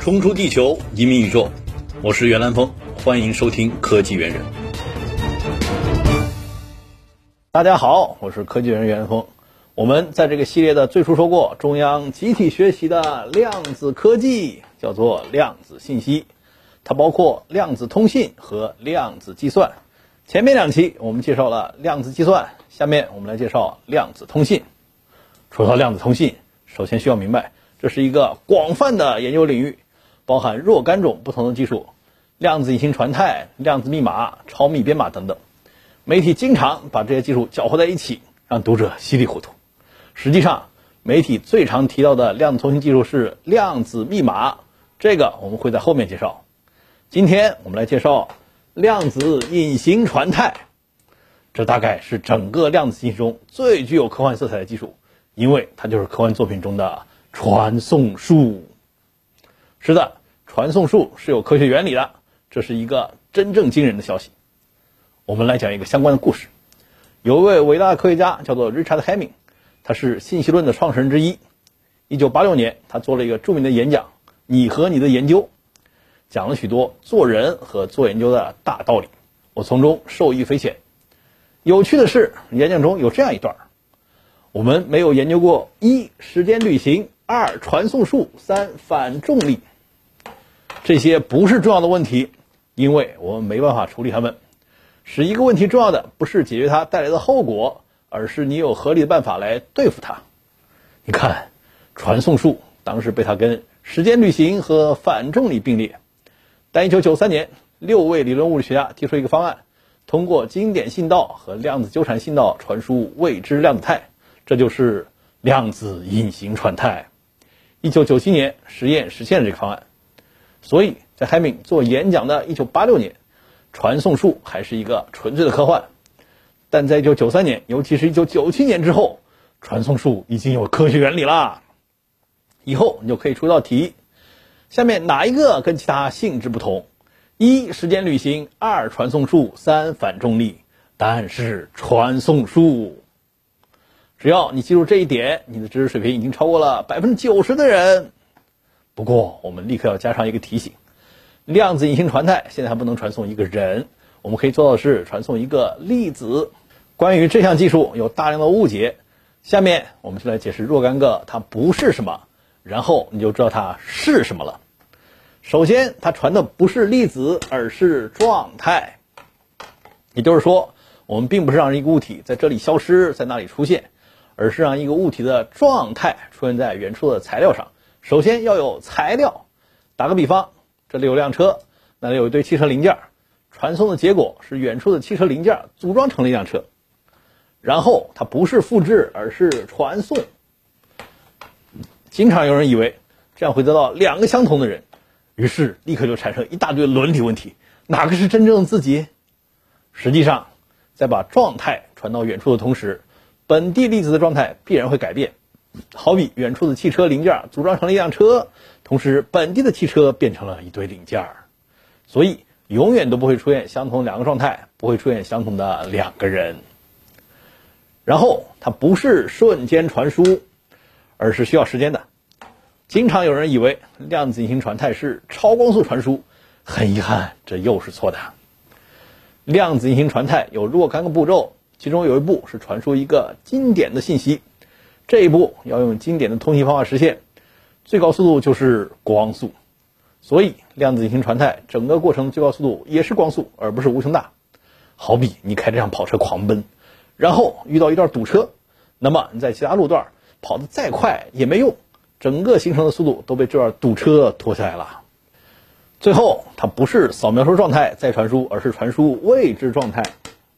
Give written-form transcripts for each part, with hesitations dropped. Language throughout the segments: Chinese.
冲出地球，移民宇宙，我是袁兰峰，欢迎收听科技猿人。大家好，我是科技猿人袁兰峰。我们在这个系列的最初说过，中央集体学习的量子科技叫做量子信息，它包括量子通信和量子计算。前面两期我们介绍了量子计算，下面我们来介绍量子通信。说到量子通信，首先需要明白，这是一个广泛的研究领域，包含若干种不同的技术，量子隐形传态、量子密码、超密编码等等。媒体经常把这些技术搅和在一起，让读者稀里糊涂。实际上，媒体最常提到的量子通信技术是量子密码，这个我们会在后面介绍。今天我们来介绍量子隐形传态，这大概是整个量子信息中最具有科幻色彩的技术，因为它就是科幻作品中的传送术。是的，传送术是有科学原理的，这是一个真正惊人的消息。我们来讲一个相关的故事。有一位伟大的科学家叫做 Richard Hamming， 他是信息论的创始人之一。1986年，他做了一个著名的演讲，你和你的研究，讲了许多做人和做研究的大道理，我从中受益匪浅。有趣的是，演讲中有这样一段：我们没有研究过1时间旅行、2传送术、3反重力。这些不是重要的问题，因为我们没办法处理它们。使一个问题重要的不是解决它带来的后果，而是你有合理的办法来对付它。你看，传送术当时被他跟时间旅行和反重力并列。但1993年，6位理论物理学家提出一个方案，通过经典信道和量子纠缠信道传输未知量子态，这就是量子隐形传态。1997年，实验实现了这个方案。所以在海敏做演讲的1986年，传送术还是一个纯粹的科幻。但在1993年，尤其是1997年之后，传送术已经有科学原理啦。以后你就可以出道题，下面哪一个跟其他性质不同？1时间旅行、2传送术、3反重力。答案是传送术。只要你记住这一点，你的知识水平已经超过了 90% 的人。不过我们立刻要加上一个提醒，量子隐形传态现在还不能传送一个人，我们可以做到的是传送一个粒子。关于这项技术有大量的误解，下面我们就来解释若干个它不是什么，然后你就知道它是什么了。首先，它传的不是粒子，而是状态。也就是说，我们并不是让一个物体在这里消失，在那里出现，而是让一个物体的状态出现在远处的材料上。首先要有材料，打个比方，这里有辆车，那里有一堆汽车零件，传送的结果是远处的汽车零件组装成了一辆车。然后它不是复制，而是传送。经常有人以为这样会得到2个相同的人，于是立刻就产生一大堆伦理问题，哪个是真正的自己？实际上，在把状态传到远处的同时，本地粒子的状态必然会改变。好比远处的汽车零件组装成了一辆车，同时本地的汽车变成了一堆零件。所以永远都不会出现相同2个状态，不会出现相同的2个人。然后它不是瞬间传输，而是需要时间的。经常有人以为量子隐形传态是超光速传输，很遗憾，这又是错的。量子隐形传态有若干个步骤，其中有一步是传输一个经典的信息，这一步要用经典的通信方法实现，最高速度就是光速。所以量子隐形传态整个过程最高速度也是光速，而不是无穷大。好比你开这辆跑车狂奔，然后遇到一段堵车，那么你在其他路段跑得再快也没用，整个行程的速度都被这段堵车拖下来了。最后它不是扫描出状态再传输，而是传输未知状态。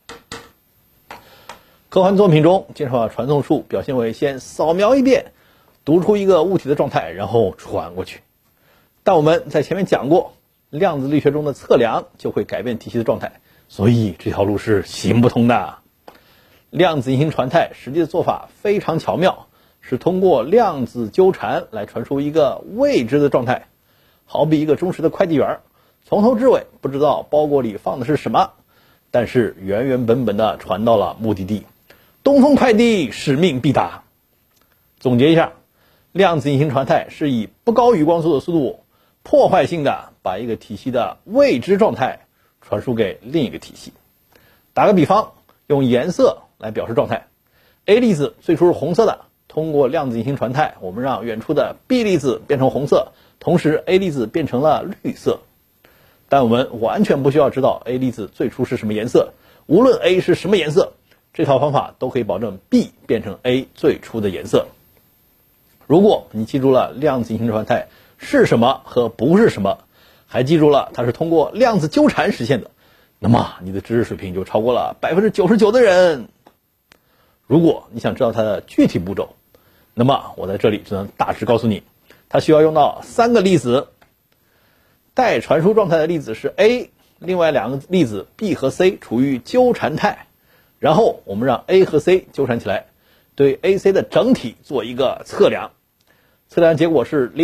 科幻作品中经常把传送术表现为先扫描一遍，读出一个物体的状态，然后传过去。但我们在前面讲过，量子力学中的测量就会改变体系的状态，所以这条路是行不通的。量子隐形传态实际的做法非常巧妙，是通过量子纠缠来传输一个未知的状态。好比一个忠实的快递员，从头至尾不知道包裹里放的是什么，但是原原本本的传到了目的地。东风快递使命必达。总结一下，量子隐形传态是以不高于光速的速度破坏性的把一个体系的未知状态传输给另一个体系。打个比方，用颜色来表示状态。A 粒子最初是红色的，通过量子隐形传态，我们让远处的 B 粒子变成红色，同时 A 粒子变成了绿色。但我们完全不需要知道 A 粒子最初是什么颜色，无论 A 是什么颜色，这套方法都可以保证 B 变成 A 最初的颜色。如果你记住了量子隐形传态是什么和不是什么，还记住了它是通过量子纠缠实现的，那么你的知识水平就超过了 99% 的人。如果你想知道它的具体步骤，那么我在这里只能大致告诉你，它需要用到3个粒子。待传输状态的粒子是 A， 另外2个粒子 B 和 C 处于纠缠态，然后我们让 A 和 C 纠缠起来，对 AC 的整体做一个测量。测量结果是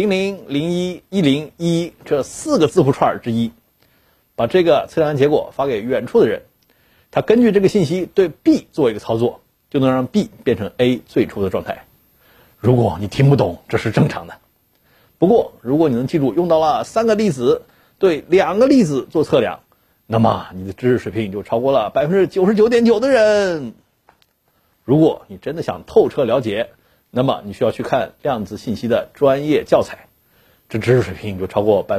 00、01、10、11这4个字符串之一。把这个测量结果发给远处的人，他根据这个信息对 B 做一个操作，就能让 B 变成 A 最初的状态。如果你听不懂，这是正常的。不过如果你能记住用到了3个粒子对2个粒子做测量，那么你的知识水平就超过了 99.9% 的人。如果你真的想透彻了解，那么你需要去看量子信息的专业教材，这知识水平就超过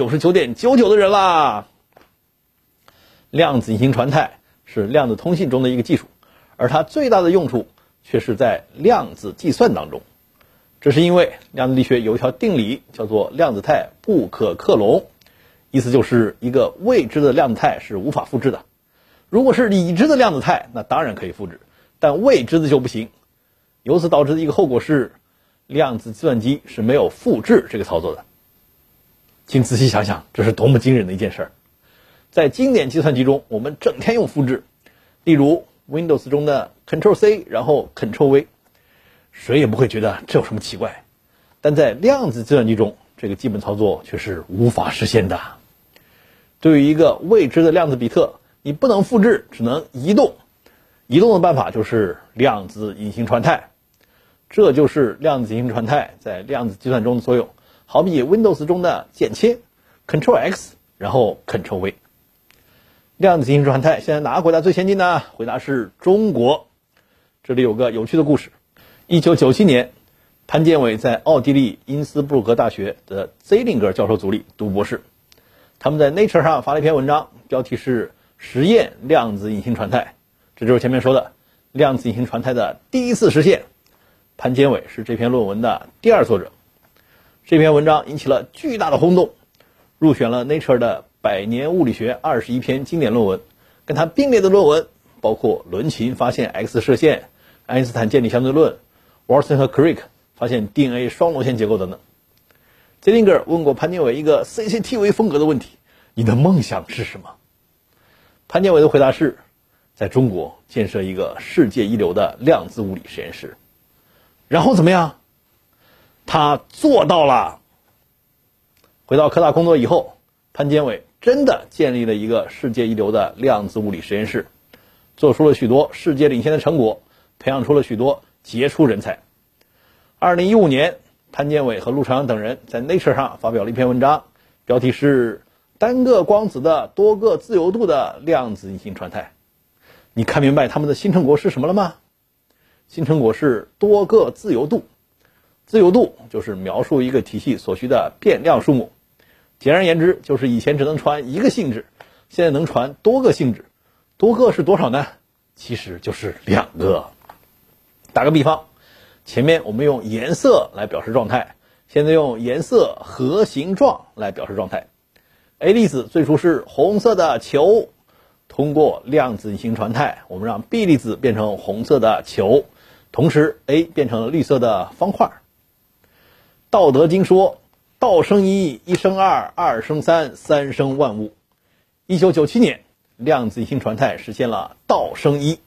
99.99% 的人啦。量子隐形传态是量子通信中的一个技术，而它最大的用处却是在量子计算当中。这是因为量子力学有一条定理叫做量子态不可克隆，意思就是一个未知的量子态是无法复制的。如果是已知的量子态，那当然可以复制，但未知的就不行。由此导致的一个后果是，量子计算机是没有复制这个操作的。请仔细想想，这是多么惊人的一件事儿。在经典计算机中，我们整天用复制，例如 Windows 中的 Ctrl+C 然后 Ctrl+V， 谁也不会觉得这有什么奇怪。但在量子计算机中，这个基本操作却是无法实现的。对于一个未知的量子比特，你不能复制，只能移动。移动的办法就是量子隐形传态。这就是量子隐形传态在量子计算中的作用，好比 Windows 中的剪切 Ctrl+X 然后 Ctrl+V。量子隐形传态现在哪个国家最先进呢？回答是中国。这里有个有趣的故事。1997年，潘建伟在奥地利因斯布鲁克大学的 Zeilinger 教授组里读博士。他们在 Nature 上发了一篇文章，标题是实验量子隐形传态。这就是前面说的量子隐形传态的第一次实现。潘建伟是这篇论文的第2作者。这篇文章引起了巨大的轰动，入选了 Nature 的100年物理学21篇经典论文。跟它并列的论文包括伦琴发现 X 射线、爱因斯坦建立相对论、Watson 和 Crick 发现 DNA 双螺旋结构等等。Zeilinger 问过潘建伟一个 CCTV 风格的问题：你的梦想是什么？潘建伟的回答是，在中国建设一个世界一流的量子物理实验室。然后怎么样？他做到了。回到科大工作以后，潘建伟真的建立了一个世界一流的量子物理实验室，做出了许多世界领先的成果，培养出了许多杰出人才。2015年，潘建伟和陆朝阳等人在 Nature 上发表了一篇文章，标题是单个光子的多个自由度的量子隐形传态。你看明白他们的新成果是什么了吗？新成果是多个自由度。自由度就是描述一个体系所需的变量数目。简而言之，就是以前只能传一个性质，现在能传多个性质。多个是多少呢？其实就是2个。打个比方，前面我们用颜色来表示状态，现在用颜色和形状来表示状态。A 粒子最初是红色的球，通过量子隐形传态，我们让 B 粒子变成红色的球，同时 A 变成了绿色的方块。道德经说，道生一，一生二，二生三，三生万物。1997年，量子隐形传态实现了道生一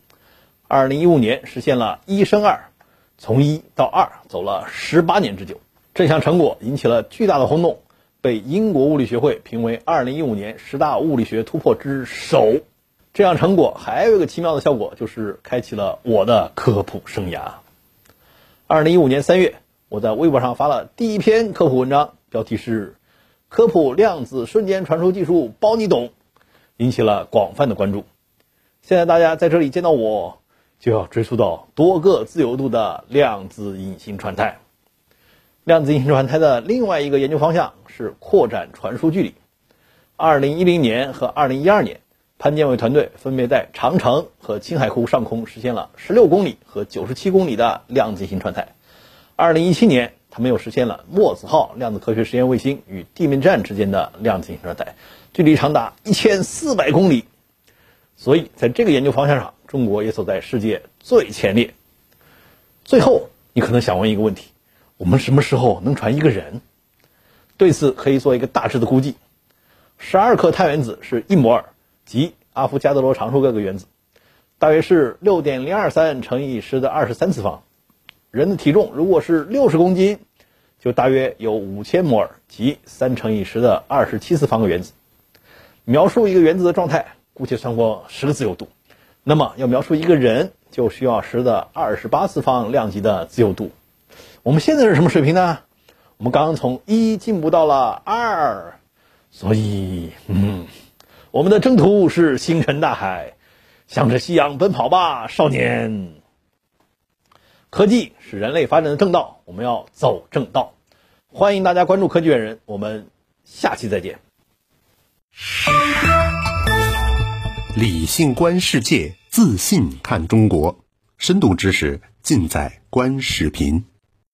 ，2015年实现了一生二，从1到2走了18年之久。这项成果引起了巨大的轰动，被英国物理学会评为2015年10大物理学突破之首。这项成果还有一个奇妙的效果，就是开启了我的科普生涯。2015年3月，我在微博上发了第一篇科普文章，标题是科普量子瞬间传输技术包你懂，引起了广泛的关注。现在大家在这里见到我，就要追溯到多个自由度的量子隐形传态。量子隐形传态的另外一个研究方向是扩展传输距离。2010年和2012年，潘建伟团队分别在长城和青海湖上空实现了16公里和97公里的量子隐形传态。2017年，他们又实现了墨子号量子科学实验卫星与地面站之间的量子隐形传态，距离长达1400公里。所以在这个研究方向上，中国也走在世界最前列。最后，你可能想问一个问题，我们什么时候能传一个人？对此可以做一个大致的估计。12克碳原子是1摩尔，即阿伏加德罗常数各个原子，大约是 6.023 乘以10的23次方。人的体重如果是60公斤，就大约有5000摩尔，即3乘以10的27次方个原子。描述一个原子的状态，姑且算过10个自由度，那么要描述一个人，就需要10的28次方量级的自由度。我们现在是什么水平呢？我们刚刚从1进步到了2，所以我们的征途是星辰大海，向着夕阳奔跑吧，少年。科技是人类发展的正道，我们要走正道。欢迎大家关注科技远人，我们下期再见。 理性观世界，自信看中国，深度知识尽在观视频。